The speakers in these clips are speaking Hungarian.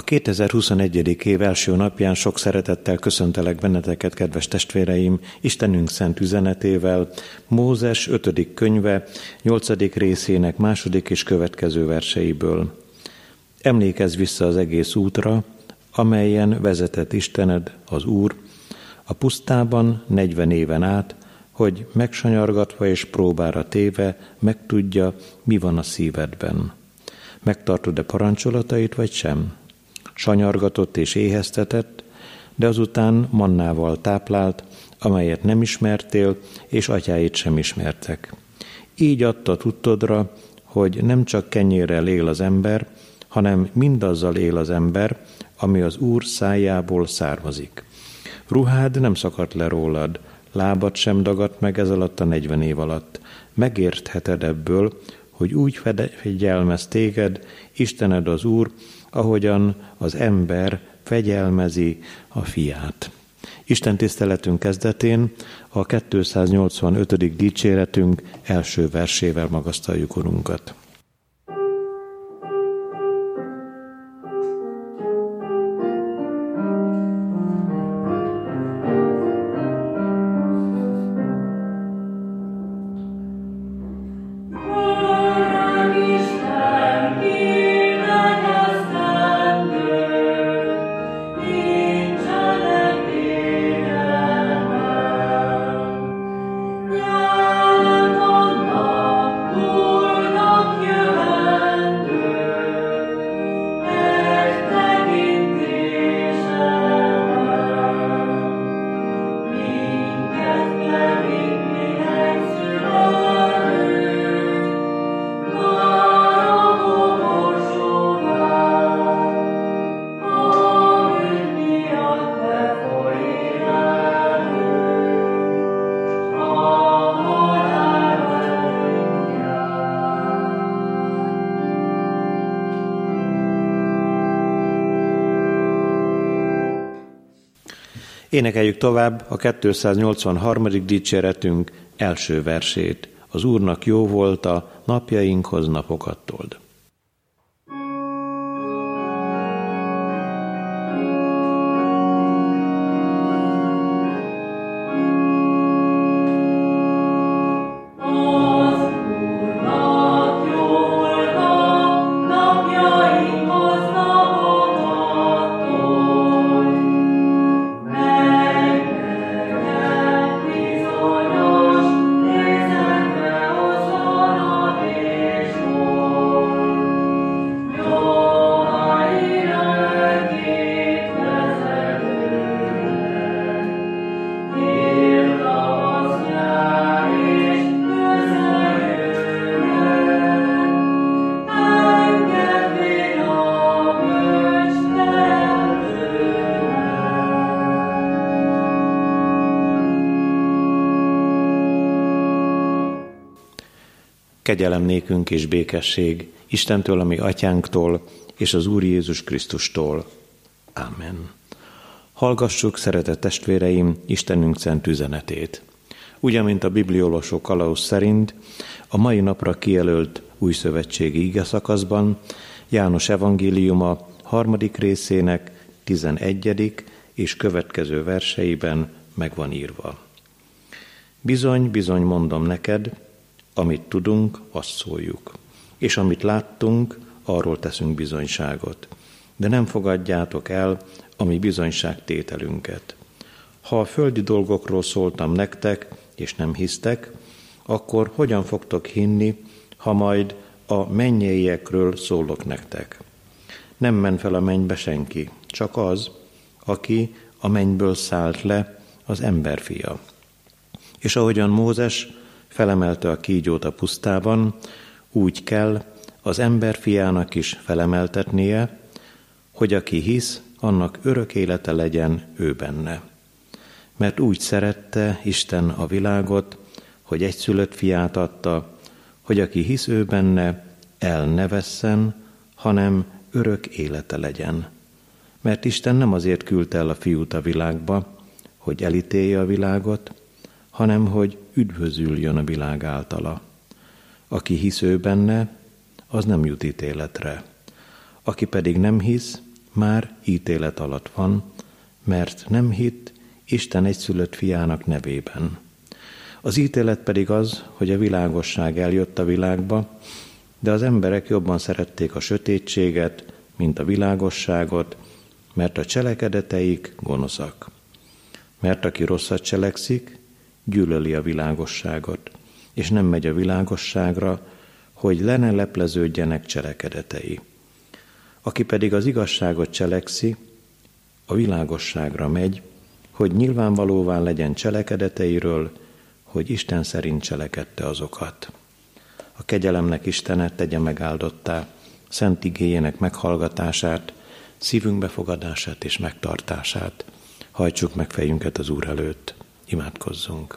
A 2021. év első napján sok szeretettel köszöntelek benneteket, kedves testvéreim, Istenünk szent üzenetével, Mózes 5. könyve 8. részének 2. és következő verseiből. Emlékezz vissza az egész útra, amelyen vezetett Istened, az Úr, a pusztában 40 éven át, hogy megsanyargatva és próbára téve megtudja, mi van a szívedben. Megtartod-e parancsolatait, vagy sem? Sanyargatott és éheztetett, de azután mannával táplált, amelyet nem ismertél, és atyáid sem ismertek. Így adta tudtodra, hogy nem csak kenyérrel él az ember, hanem mindazzal él az ember, ami az Úr szájából származik. Ruhád nem szakadt le rólad, lábad sem dagadt meg ez alatt a 40 év alatt. Megértheted ebből, hogy úgy fegyelmez téged, Istened az Úr, ahogyan az ember fegyelmezi a fiát. Isten tiszteletünk kezdetén a 285. dicséretünk első versével magasztaljuk Urunkat. Énekeljük tovább a 283. dicséretünk első versét. Az Úrnak jó volt a napjainkhoz napokat told. Kegyelem nékünk és békesség Istentől, a mi atyánktól, és az Úr Jézus Krisztustól. Amen. Hallgassuk, szeretett testvéreim, Istenünk szent üzenetét. Úgy, amint a bibliolvasó kalauz szerint, a mai napra kijelölt újszövetségi igeszakaszban János evangéliuma 3. részének 11. és következő verseiben meg van írva. Bizony, bizony mondom neked, amit tudunk, azt szóljuk, és amit láttunk, arról teszünk bizonyságot. De nem fogadjátok el a mi bizonyságtételünket. Ha a földi dolgokról szóltam nektek, és nem hisztek, akkor hogyan fogtok hinni, ha majd a mennyiekről szólok nektek? Nem ment fel a mennybe senki, csak az, aki a mennyből szállt le, az emberfia. És ahogyan Mózes felemelte a kígyót a pusztában, úgy kell az emberfiának is felemeltetnie, hogy aki hisz, annak örök élete legyen ő benne. Mert úgy szerette Isten a világot, hogy egyszülött fiát adta, hogy aki hisz ő benne, el ne vesszen, hanem örök élete legyen. Mert Isten nem azért küldte el a fiút a világba, hogy elítélje a világot, hanem hogy üdvözüljön a világ általa. Aki hisz ő benne, az nem jut ítéletre. Aki pedig nem hisz, már ítélet alatt van, mert nem hitt Isten egyszülött fiának nevében. Az ítélet pedig az, hogy a világosság eljött a világba, de az emberek jobban szerették a sötétséget, mint a világosságot, mert a cselekedeteik gonoszak. Mert aki rosszat cselekszik, gyűlöli a világosságot, és nem megy a világosságra, hogy le ne lepleződjenek cselekedetei. Aki pedig az igazságot cselekszi, a világosságra megy, hogy nyilvánvalóvá legyen cselekedeteiről, hogy Isten szerint cselekedte azokat. A kegyelemnek Istene tegye megáldottá szent igéjének meghallgatását, szívünk befogadását és megtartását. Hajtsuk meg fejünket az Úr előtt, imádkozzunk.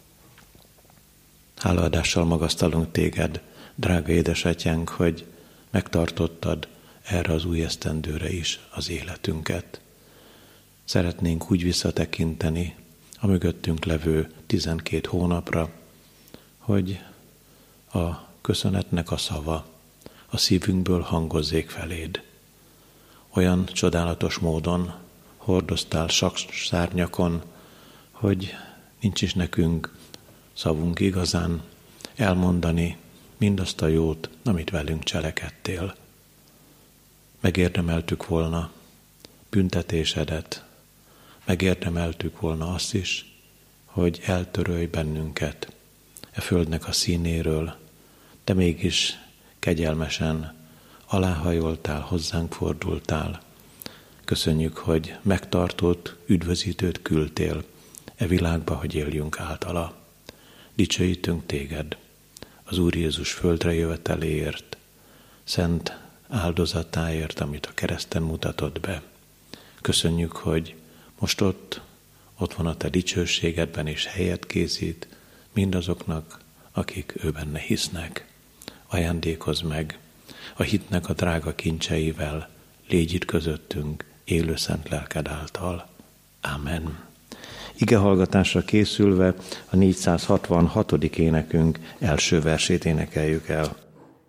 Hálaadással magasztalunk téged, drága édesatyánk, hogy megtartottad erre az új esztendőre is az életünket. Szeretnénk úgy visszatekinteni a mögöttünk levő 12 hónapra, hogy a köszönetnek a szava a szívünkből hangozzék feléd. Olyan csodálatos módon hordoztál szárnyakon, hogy nincs is nekünk szavunk igazán elmondani mindazt a jót, amit velünk cselekedtél. Megérdemeltük volna büntetésedet, megérdemeltük volna azt is, hogy eltörölj bennünket e földnek a színéről, de mégis kegyelmesen aláhajoltál, hozzánk fordultál. Köszönjük, hogy megtartott üdvözítőt küldtél e világba, hogy éljünk általa. Dicsőítünk téged az Úr Jézus földre jöveteléért, szent áldozatáért, amit a kereszten mutatott be. Köszönjük, hogy most ott van a te dicsőségedben, és helyet készít mindazoknak, akik ő benne hisznek. Ajándékozz meg a hitnek a drága kincseivel, légy itt közöttünk, élő szent lelked által. Amen. Igehallgatásra készülve a 466. énekünk első versét énekeljük el.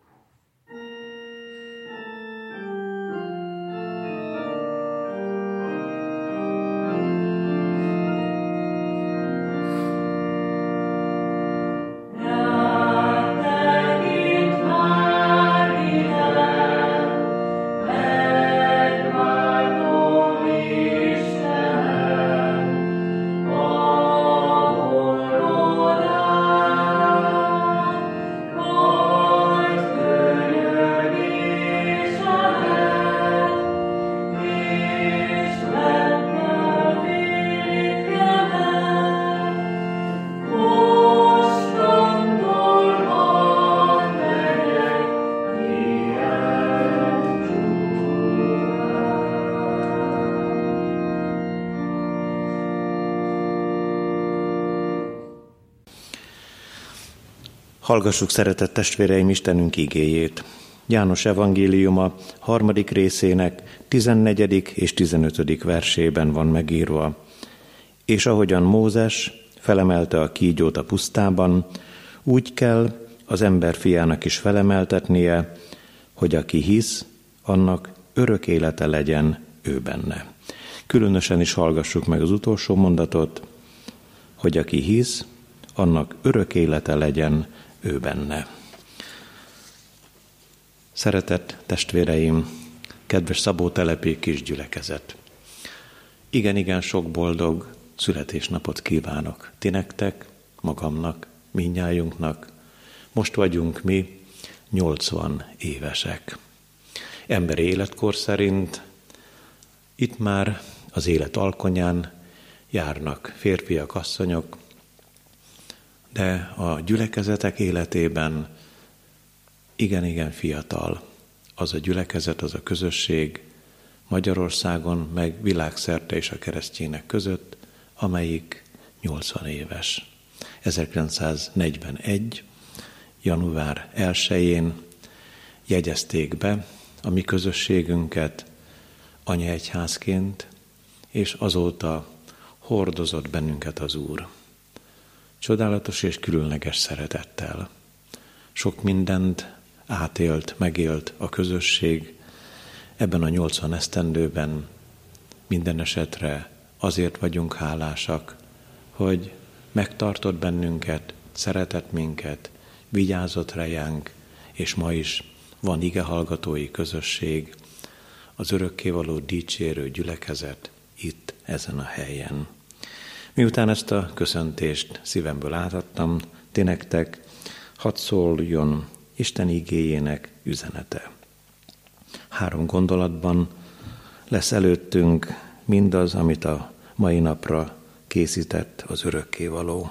Hallgassuk, szeretett testvéreim, Istenünk igéjét. János evangéliuma 3. részének 14. és 15. versében van megírva. És ahogyan Mózes felemelte a kígyót a pusztában, úgy kell az ember fiának is felemeltetnie, hogy aki hisz, annak örök élete legyen ő benne. Különösen is hallgassuk meg az utolsó mondatot, hogy aki hisz, annak örök élete legyen ő benne. Szeretett testvéreim, kedves Szabótelepi kisgyülekezet! Igen, sok boldog születésnapot kívánok ti nektek, magamnak, mindnyájunknak. Most vagyunk mi 80 évesek. Emberi életkor szerint itt már az élet alkonyán járnak férfiak, asszonyok, de a gyülekezetek életében igen fiatal az a gyülekezet, az a közösség Magyarországon, meg világszerte és a keresztjének között, amelyik 80 éves. 1941. január 1-én jegyezték be a mi közösségünket anyaegyházként, és azóta hordozott bennünket az Úr. Csodálatos és különleges szeretettel. Sok mindent átélt, megélt a közösség ebben a 80 esztendőben minden esetre azért vagyunk hálásak, hogy megtartott bennünket, szeretett minket, vigyázott rejánk, és ma is van igehallgatói közösség, az örökkévaló dicsérő gyülekezet itt, ezen a helyen. Miután ezt a köszöntést szívemből átadtam, ti nektek hadd szóljon Isten igéjének üzenete. 3 gondolatban lesz előttünk mindaz, amit a mai napra készített az örökkévaló.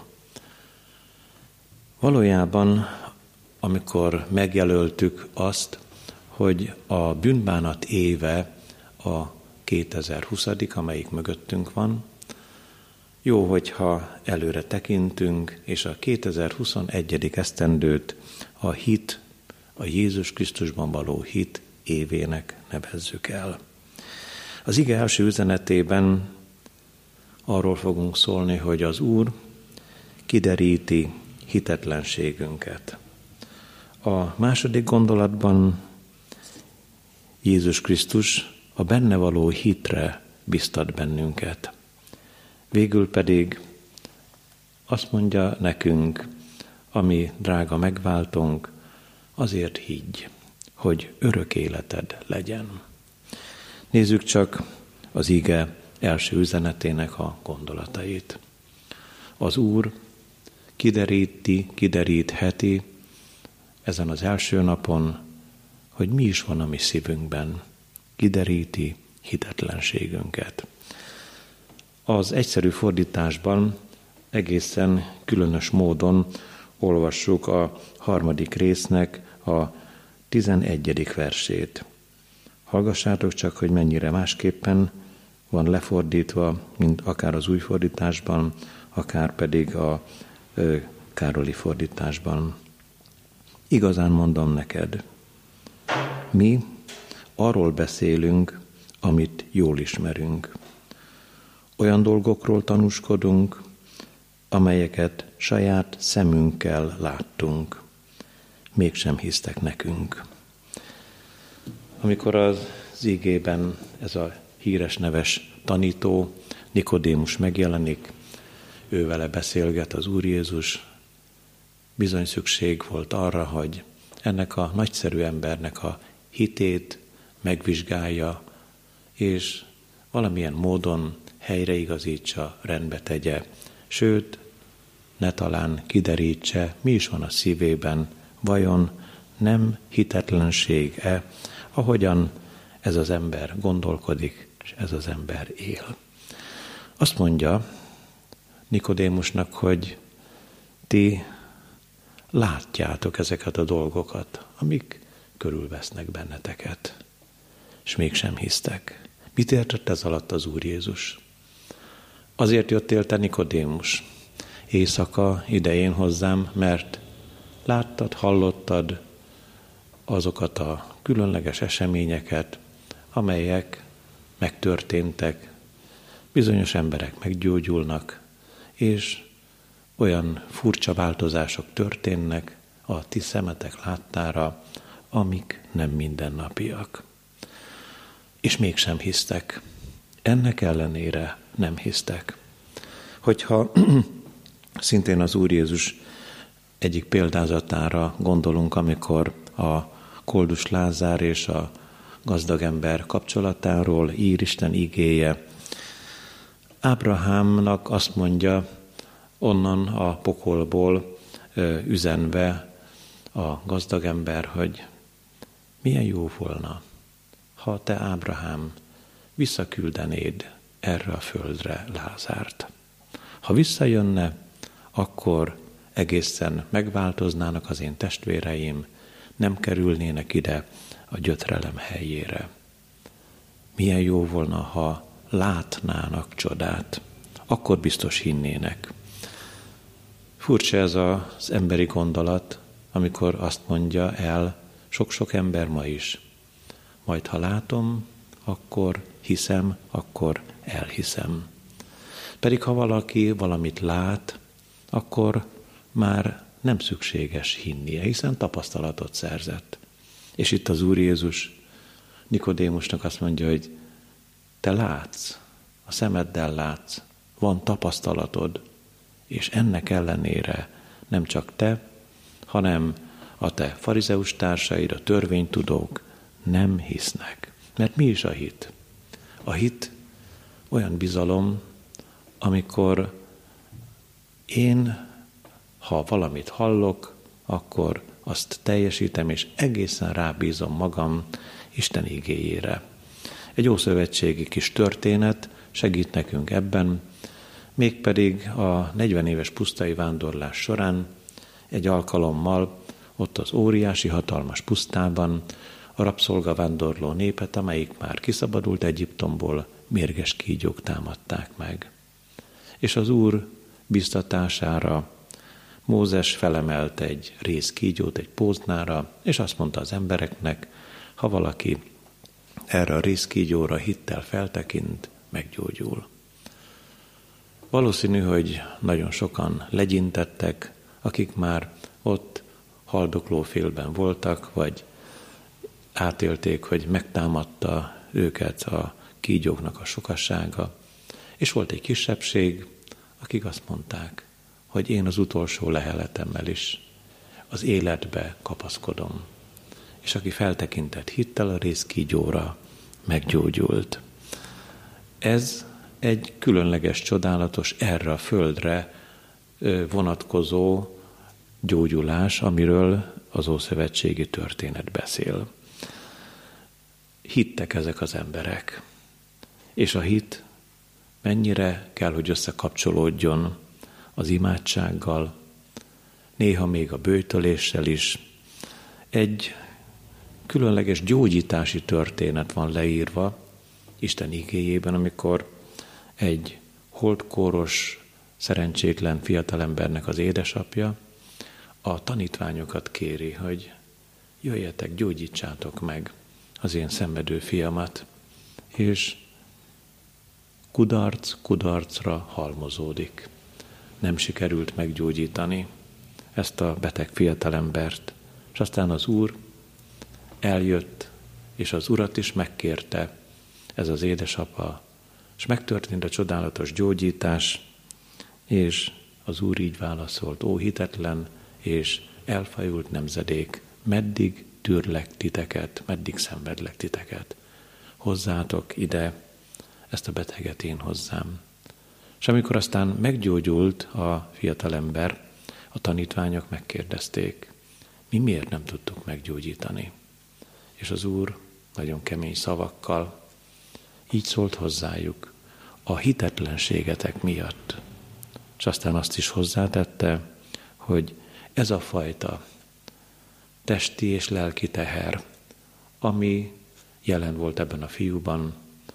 Valójában, amikor megjelöltük azt, hogy a bűnbánat éve a 2020., amelyik mögöttünk van, jó, hogyha előre tekintünk, és a 2021. esztendőt a hit, a Jézus Krisztusban való hit évének nevezzük el. Az ige első üzenetében arról fogunk szólni, hogy az Úr kideríti hitetlenségünket. A második gondolatban Jézus Krisztus a benne való hitre biztat bennünket. Végül pedig azt mondja nekünk, ami drága megváltónk, azért higgy, hogy örök életed legyen. Nézzük csak az ige első üzenetének a gondolatait. Az Úr kiderítheti ezen az első napon, hogy mi is van a mi szívünkben. Kideríti hitetlenségünket. Az egyszerű fordításban egészen különös módon olvassuk a 3. résznek a 11. versét. Hallgassátok csak, hogy mennyire másképpen van lefordítva, mint akár az új fordításban, akár pedig a Károli fordításban. Igazán mondom neked, mi arról beszélünk, amit jól ismerünk. Olyan dolgokról tanúskodunk, amelyeket saját szemünkkel láttunk. Mégsem hisztek nekünk. Amikor az igében ez a híres neves tanító, Nikodémus megjelenik, ő vele beszélget az Úr Jézus, bizony szükség volt arra, hogy ennek a nagyszerű embernek a hitét megvizsgálja, és valamilyen módon helyreigazítsa, rendbe tegye. Sőt, ne talán kiderítse, mi is van a szívében, vajon nem hitetlenség-e, ahogyan ez az ember gondolkodik, és ez az ember él. Azt mondja Nikodémusnak, hogy ti látjátok ezeket a dolgokat, amik körülvesznek benneteket, és mégsem hisztek. Mit értett ez alatt az Úr Jézus? Azért jöttél te, Nikodémus, éjszaka idején hozzám, mert láttad, hallottad azokat a különleges eseményeket, amelyek megtörténtek, bizonyos emberek meggyógyulnak, és olyan furcsa változások történnek a ti szemetek láttára, amik nem mindennapiak. És mégsem hisztek. Ennek ellenére nem hisztek. Hogyha szintén az Úr Jézus egyik példázatára gondolunk, amikor a koldus Lázár és a gazdag ember kapcsolatáról ír Isten igéje, Ábrahámnak azt mondja, onnan a pokolból üzenve a gazdag ember, hogy milyen jó volna, ha te, Ábrahám, visszaküldenéd erre a földre Lázárt. Ha visszajönne, akkor egészen megváltoznának az én testvéreim, nem kerülnének ide a gyötrelem helyére. Milyen jó volna, ha látnának csodát, akkor biztos hinnének. Furcsa ez az emberi gondolat, amikor azt mondja el sok-sok ember ma is. Majd ha látom, akkor hiszem, akkor elhiszem. Pedig ha valaki valamit lát, akkor már nem szükséges hinnie, hiszen tapasztalatot szerzett. És itt az Úr Jézus Nikodémusnak azt mondja, hogy te látsz, a szemeddel látsz, van tapasztalatod, és ennek ellenére nem csak te, hanem a te farizeus társaid, a törvénytudók nem hisznek. Mert mi is a hit? A hit olyan bizalom, amikor én, ha valamit hallok, akkor azt teljesítem, és egészen rábízom magam Isten igéjére. Egy ószövetségi kis történet segít nekünk ebben, mégpedig a 40 éves pusztai vándorlás során egy alkalommal ott az óriási, hatalmas pusztában a rabszolgavándorló népet, amelyik már kiszabadult Egyiptomból, mérges kígyók támadták meg. És az Úr biztatására Mózes felemelt egy rézkígyót egy póznára, és azt mondta az embereknek, ha valaki erre a rézkígyóra hittel feltekint, meggyógyul. Valószínű, hogy nagyon sokan legyintettek, akik már ott haldoklófélben voltak, vagy átélték, hogy megtámadta őket a kígyóknak a sokassága, és volt egy kisebbség, akik azt mondták, hogy én az utolsó leheletemmel is az életbe kapaszkodom. És aki feltekintett hittel a rézkígyóra, meggyógyult. Ez egy különleges, csodálatos, erre a földre vonatkozó gyógyulás, amiről az ószövetségi történet beszél. Hittek ezek az emberek. És a hit mennyire kell, hogy összekapcsolódjon az imádsággal, néha még a böjtöléssel is. Egy különleges gyógyítási történet van leírva Isten igéjében, amikor egy holdkóros, szerencsétlen fiatalembernek az édesapja a tanítványokat kéri, hogy jöjjetek, gyógyítsátok meg az én szenvedő fiamat, és kudarcra halmozódik. Nem sikerült meggyógyítani ezt a beteg fiatalembert, és aztán az Úr eljött, és az Urat is megkérte ez az édesapa, és megtörtént a csodálatos gyógyítás, és az Úr így válaszolt, ó hitetlen és elfajult nemzedék, meddig tűrlek titeket, meddig szenvedlek titeket. Hozzátok ide ezt a beteget én hozzám. És amikor aztán meggyógyult a fiatalember, a tanítványok megkérdezték, mi miért nem tudtuk meggyógyítani? És az Úr nagyon kemény szavakkal így szólt hozzájuk, a hitetlenségetek miatt. És aztán azt is hozzátette, hogy ez a fajta testi és lelki teher, ami jelen volt ebben a fiúban,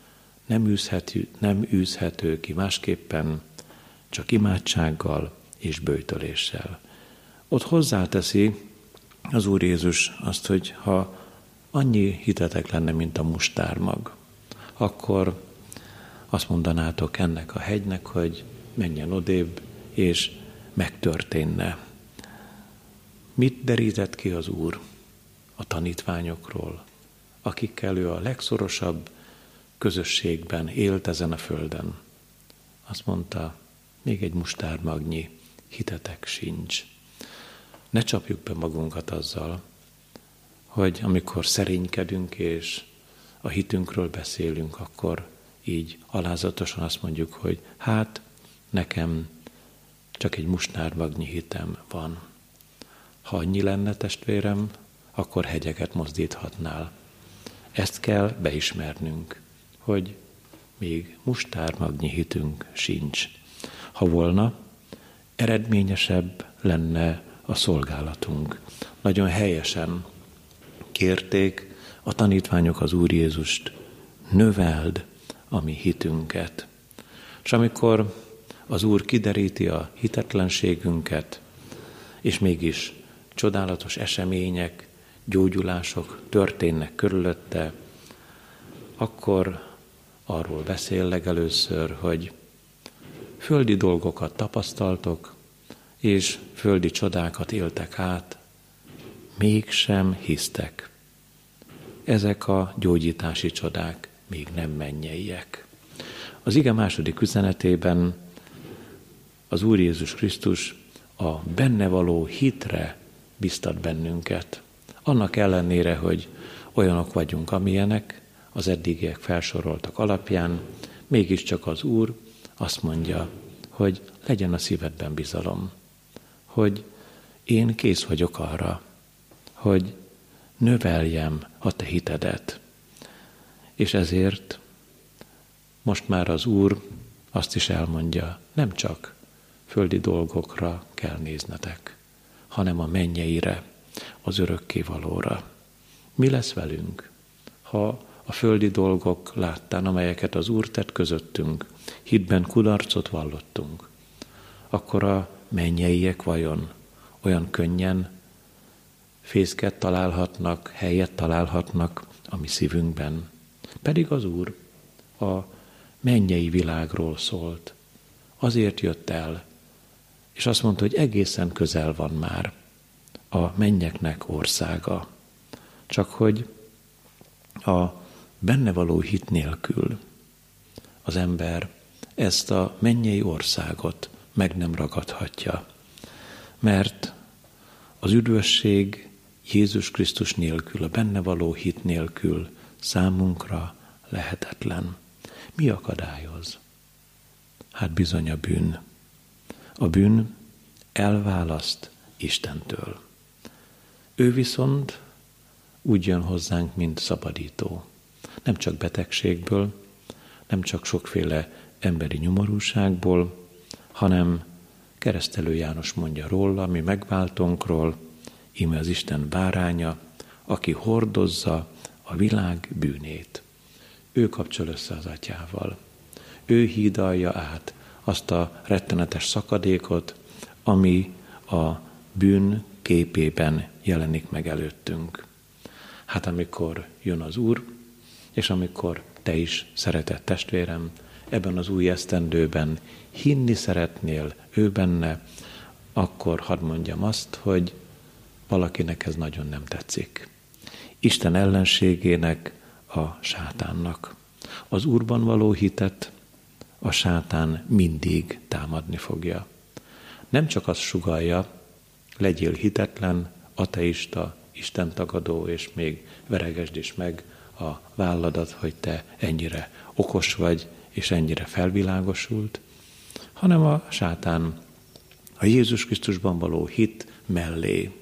nem űzhető ki másképpen, csak imádsággal és böjtöléssel. Ott hozzáteszi az Úr Jézus azt, hogy ha annyi hitetek lenne, mint a mustármag, akkor azt mondanátok ennek a hegynek, hogy menjen odébb, és megtörténne. Mit derített ki az Úr a tanítványokról, akikkel ő a legszorosabb közösségben élt ezen a földön? Azt mondta, még egy mustármagnyi hitetek sincs. Ne csapjuk be magunkat azzal, hogy amikor szerénykedünk és a hitünkről beszélünk, akkor így alázatosan azt mondjuk, hogy hát nekem csak egy mustármagnyi hitem van. Ha annyi lenne, testvérem, akkor hegyeket mozdíthatnál. Ezt kell beismernünk, hogy még mustármagnyi hitünk sincs. Ha volna, eredményesebb lenne a szolgálatunk. Nagyon helyesen kérték a tanítványok az Úr Jézust, növeld a mi hitünket. És amikor az Úr kideríti a hitetlenségünket, és mégis csodálatos események, gyógyulások történnek körülötte, akkor arról beszél legelőször, hogy földi dolgokat tapasztaltok, és földi csodákat éltek át, mégsem hisztek. ezek a gyógyítási csodák még nem mennyeiek. Az ige második üzenetében az Úr Jézus Krisztus a benne való hitre biztat bennünket. Annak ellenére, hogy olyanok vagyunk, amilyenek, az eddigiek felsoroltak alapján, mégiscsak az Úr azt mondja, hogy legyen a szívedben bizalom, hogy én kész vagyok arra, hogy növeljem a te hitedet. És ezért most már az Úr azt is elmondja, nem csak földi dolgokra kell néznetek, hanem a mennyeire, az örökkévalóra. Mi lesz velünk, ha a földi dolgok láttán, amelyeket az Úr tett közöttünk, hitben kudarcot vallottunk, akkor a mennyeiek vajon olyan könnyen fészket találhatnak, helyet találhatnak a mi szívünkben. Pedig az Úr a mennyei világról szólt. Azért jött el, és azt mondta, hogy egészen közel van már a mennyeknek országa. Csak hogy a benne való hit nélkül az ember ezt a mennyei országot meg nem ragadhatja. Mert az üdvösség Jézus Krisztus nélkül, a benne való hit nélkül számunkra lehetetlen. Mi akadályoz? Hát bizony a bűn. A bűn elválaszt Istentől. Ő viszont úgy jön hozzánk, mint szabadító. Nem csak betegségből, nem csak sokféle emberi nyomorúságból, hanem Keresztelő János mondja róla, mi megváltónkról, íme az Isten báránya, aki hordozza a világ bűnét. Ő kapcsol össze az Atyával. Ő hídalja át azt a rettenetes szakadékot, ami a bűn képében jelenik meg előttünk. Hát amikor jön az Úr, és amikor te is, szeretett testvérem, ebben az új esztendőben hinni szeretnél ő benne, akkor hadd mondjam azt, hogy valakinek ez nagyon nem tetszik. Isten ellenségének, a sátánnak. Az Úrban való hitet a sátán mindig támadni fogja. Nem csak azt sugallja, legyél hitetlen, ateista, istentagadó, és még veregesd is meg a válladat, hogy te ennyire okos vagy, és ennyire felvilágosult, hanem a sátán a Jézus Krisztusban való hit mellé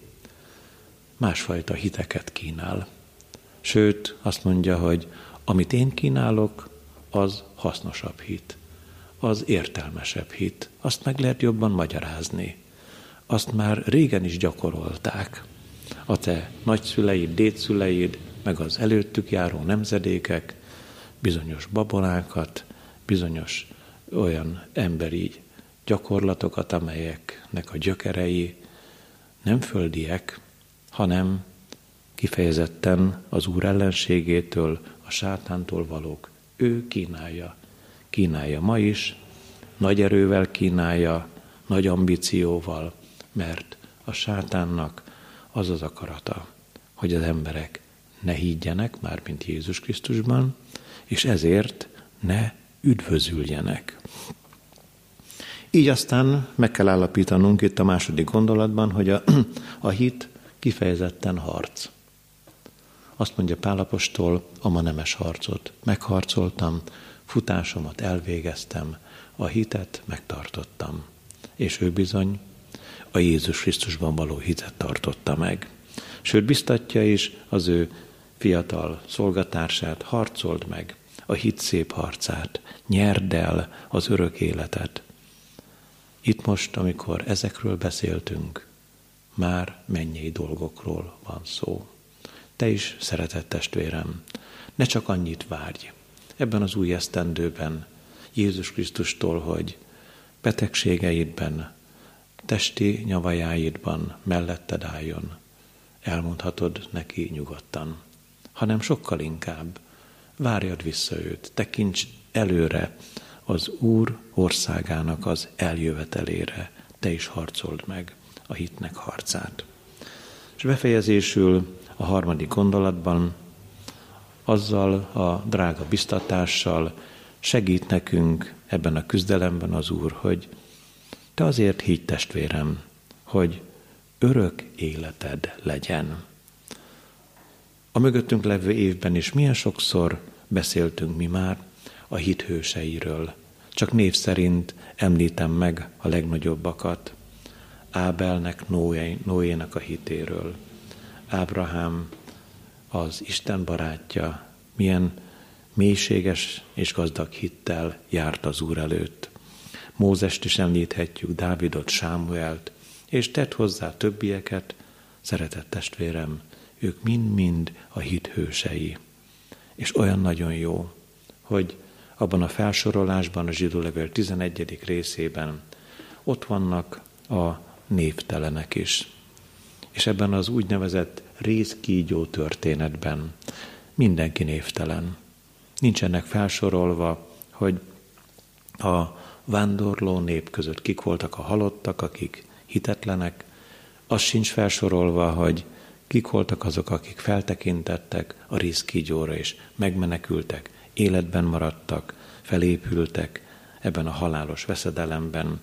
másfajta hiteket kínál. Sőt, azt mondja, hogy amit én kínálok, az hasznosabb hit, az értelmesebb hit. Azt meg lehet jobban magyarázni. Azt már régen is gyakorolták. A te nagyszüleid, dédszüleid, meg az előttük járó nemzedékek bizonyos babonákat, bizonyos olyan emberi gyakorlatokat, amelyeknek a gyökerei nem földiek, hanem kifejezetten az Úr ellenségétől, a sátántól valók. Ő kínálja. Kínálja ma is, nagy erővel kínálja, nagy ambícióval, mert a sátánnak az az akarata, hogy az emberek ne higgyenek, mármint Jézus Krisztusban, és ezért ne üdvözüljenek. Így aztán meg kell állapítanunk itt a második gondolatban, hogy a hit kifejezetten harc. Azt mondja Pál apostol, a ma nemes harcot megharcoltam, futásomat elvégeztem, a hitet megtartottam. És ő bizony a Jézus Krisztusban való hitet tartotta meg. Sőt, biztatja is az ő fiatal szolgatársát, harcold meg a hit szép harcát, nyerd el az örök életet. Itt most, amikor ezekről beszéltünk, már mennyei dolgokról van szó. Te is, szeretett testvérem, ne csak annyit várj ebben az új esztendőben Jézus Krisztustól, hogy betegségeidben, testi nyavajáidban melletted álljon. Elmondhatod neki nyugodtan, hanem sokkal inkább várjad vissza őt, tekints előre az Úr országának az eljövetelére, te is harcold meg a hitnek harcát. És befejezésül a harmadik gondolatban azzal a drága biztatással segít nekünk ebben a küzdelemben az Úr, hogy te azért higgy, testvérem, hogy örök életed legyen. A mögöttünk levő évben is milyen sokszor beszéltünk mi már a hit hőseiről. Csak név szerint említem meg a legnagyobbakat. Ábelnek, Noénak a hitéről. Ábrahám, az Isten barátja, milyen mélységes és gazdag hittel járt az Úr előtt. Mózest is említhetjük, Dávidot, Sámuelt, és tett hozzá többieket, szeretett testvérem, ők mind-mind a hit hősei. És olyan nagyon jó, hogy abban a felsorolásban, a Zsidó levél 11. részében ott vannak a névtelenek is. És ebben az úgynevezett részkígyó történetben mindenki névtelen. Nincsenek felsorolva, hogy a vándorló nép között kik voltak a halottak, akik hitetlenek. Az sincs felsorolva, hogy kik voltak azok, akik feltekintettek a részkígyóra és megmenekültek, életben maradtak, felépültek ebben a halálos veszedelemben.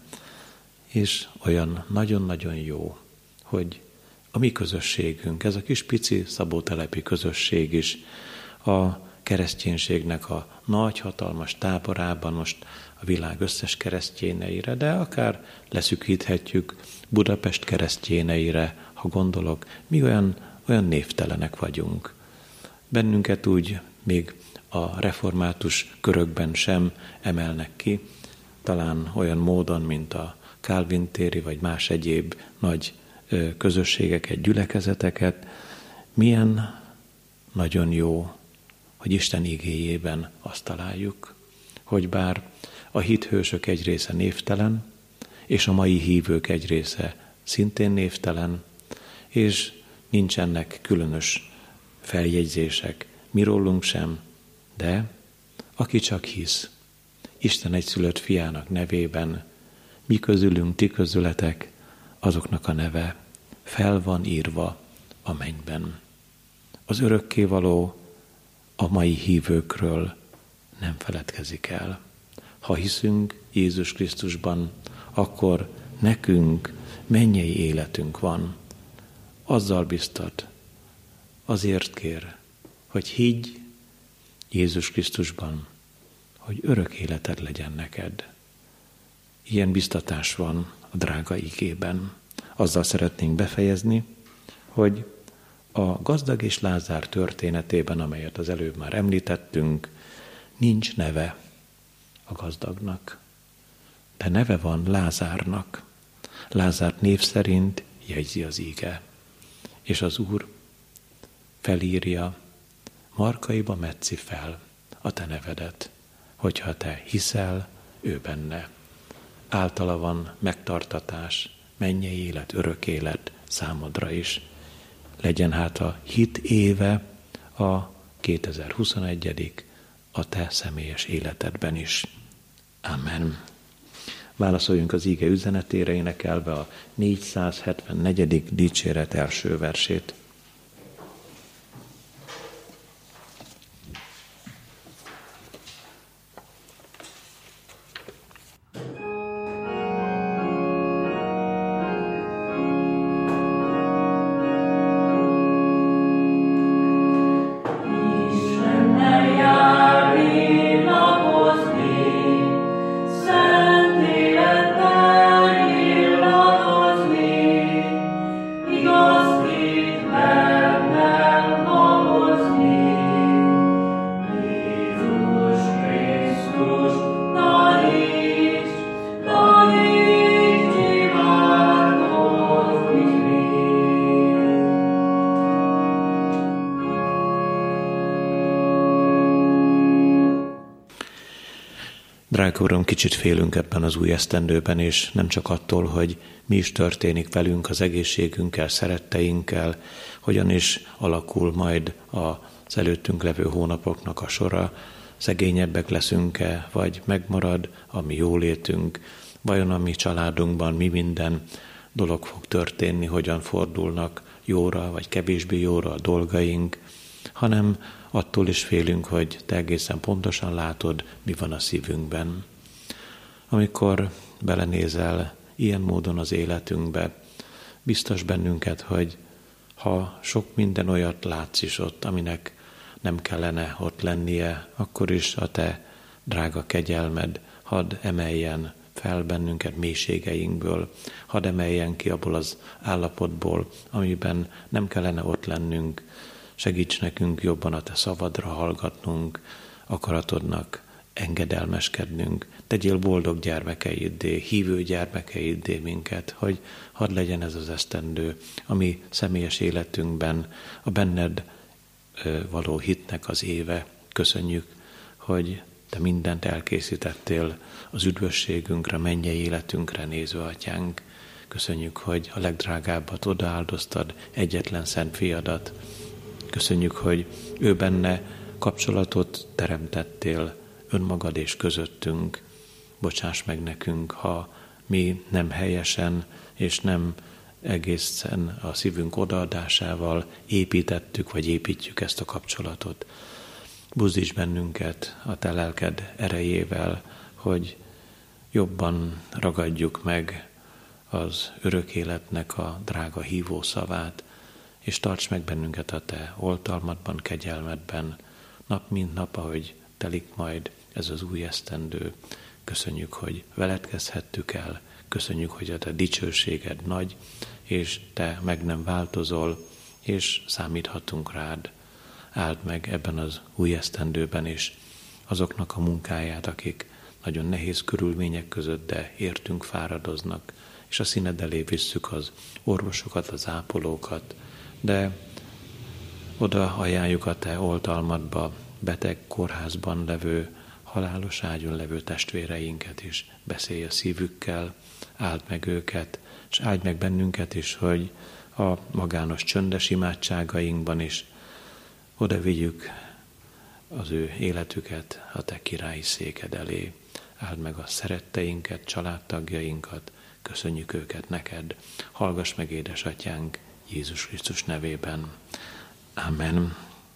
És olyan nagyon-nagyon jó, hogy a mi közösségünk, ez a kis pici szabótelepi közösség is a kereszténységnek a nagy, hatalmas táborában, most a világ összes keresztjéneire, de akár leszűkíthetjük Budapest keresztjéneire, ha gondolok, mi olyan névtelenek vagyunk. Bennünket úgy még a református körökben sem emelnek ki, talán olyan módon, mint a Calvin téri vagy más egyéb nagy közösségeket, gyülekezeteket. Milyen nagyon jó, hogy Isten igéjében azt találjuk, hogy bár a hithősök egy része névtelen, és a mai hívők egy része szintén névtelen, és nincsenek különös feljegyzések mirólunk sem, de aki csak hisz, Isten egyszülött fiának nevében, mi közülünk, ti közületek, azoknak a neve fel van írva a mennyben. Az örökkévaló a mai hívőkről nem feledkezik el. Ha hiszünk Jézus Krisztusban, akkor nekünk mennyei életünk van. Azzal biztat, azért kér, hogy higgy Jézus Krisztusban, hogy örök életed legyen neked. Ilyen biztatás van a drága igében. Azzal szeretnénk befejezni, hogy a gazdag és Lázár történetében, amelyet az előbb már említettünk, nincs neve a gazdagnak, de neve van Lázárnak. Lázár név szerint jegyzi az íge, és az Úr felírja, markaiba metszi fel a te nevedet, hogyha te hiszel ő benne. Általa van megtartatás, mennyei élet, örök élet számodra is. Legyen hát a hit éve a 2021. a te személyes életedben is. Amen. Válaszoljunk az íge üzenetére, énekelve a 474. dicséret első versét. Drága Uram, kicsit félünk ebben az új esztendőben, és nem csak attól, hogy mi is történik velünk, az egészségünkkel, szeretteinkkel, hogyan is alakul majd az előttünk levő hónapoknak a sora, szegényebbek leszünk-e, vagy megmarad a mi jólétünk, vajon a mi családunkban mi minden dolog fog történni, hogyan fordulnak jóra, vagy kevésbé jóra a dolgaink, hanem attól is félünk, hogy Te egészen pontosan látod, mi van a szívünkben. Amikor belenézel ilyen módon az életünkbe, biztos bennünket, hogy ha sok minden olyat látsz is ott, aminek nem kellene ott lennie, akkor is a Te drága kegyelmed hadd emeljen fel bennünket mélységeinkből, hadd emeljen ki abból az állapotból, amiben nem kellene ott lennünk. Segíts nekünk jobban a Te szavadra hallgatnunk, akaratodnak engedelmeskednünk. Tegyél boldog gyermekeiddé, hívő gyermekeiddé minket, hogy hadd legyen ez az esztendő, ami személyes életünkben a benned való hitnek az éve. Köszönjük, hogy Te mindent elkészítettél az üdvösségünkre, mennyei életünkre nézve, Atyánk. Köszönjük, hogy a legdrágábbat odaáldoztad, egyetlen szent fiadat. Köszönjük, hogy ő benne kapcsolatot teremtettél önmagad és közöttünk. Bocsáss meg nekünk, ha mi nem helyesen és nem egészen a szívünk odaadásával építettük vagy építjük ezt a kapcsolatot. Buzdíts bennünket a Te lelked erejével, hogy jobban ragadjuk meg az örök életnek a drága hívó szavát, és tarts meg bennünket a Te oltalmadban, kegyelmedben, nap mint nap, ahogy telik majd ez az új esztendő. Köszönjük, hogy veled kezdhettük el, köszönjük, hogy a Te dicsőséged nagy, és Te meg nem változol, és számíthatunk rád. Áld meg ebben az új esztendőben is azoknak a munkáját, akik nagyon nehéz körülmények között, de értünk fáradoznak, és a színed elé visszük az orvosokat, az ápolókat, de oda ajánljuk a Te oltalmadba beteg kórházban levő, halálos ágyon levő testvéreinket is. Beszélj a szívükkel, áld meg őket, és áld meg bennünket is, hogy a magános csöndes imádságainkban is oda vigyük az ő életüket a Te királyi széked elé. Áld meg a szeretteinket, családtagjainkat, köszönjük őket neked. Hallgass meg, édesatyánk, Jézus Krisztus nevében. Amen.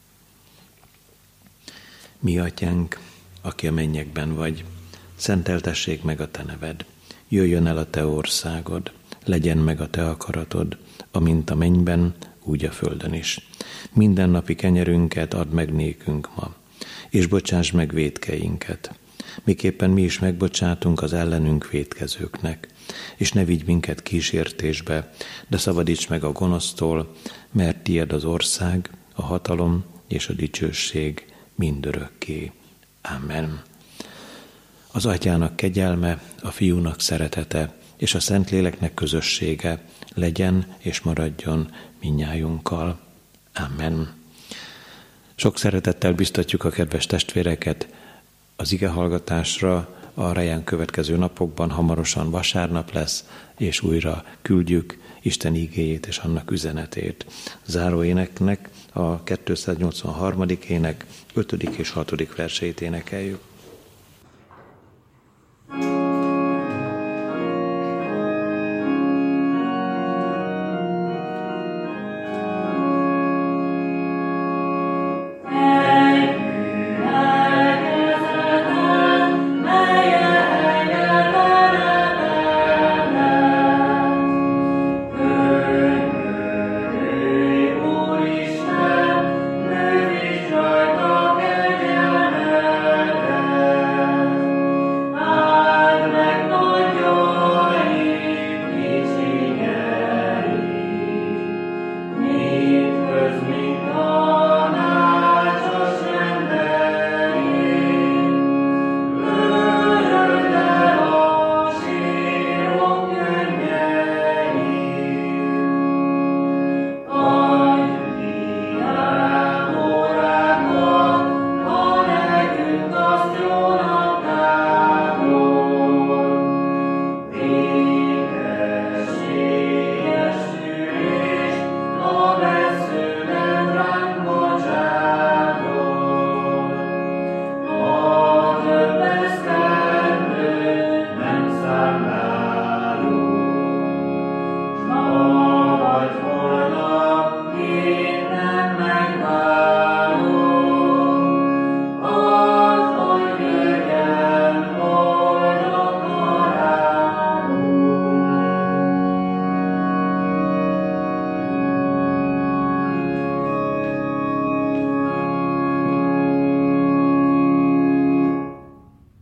Mi atyánk, aki a mennyekben vagy, szenteltessék meg a Te neved. Jöjjön el a Te országod, legyen meg a Te akaratod, amint a mennyben, úgy a földön is. Mindennapi kenyerünket add meg nékünk ma, és bocsáss meg vétkeinket, miképpen mi is megbocsátunk az ellenünk vétkezőknek, és ne vigy minket kísértésbe, de szabadíts meg a gonosztól, mert tied az ország, a hatalom és a dicsőség mindörökké. Amen. Az Atyának kegyelme, a Fiúnak szeretete és a Szentléleknek közössége legyen és maradjon mindnyájunkkal. Amen. Sok szeretettel biztatjuk a kedves testvéreket az igehallgatásra. A reján következő napokban hamarosan vasárnap lesz, és újra küldjük Isten igéjét és annak üzenetét. Záróéneknek a 283. ének 5. és 6. verseit énekeljük.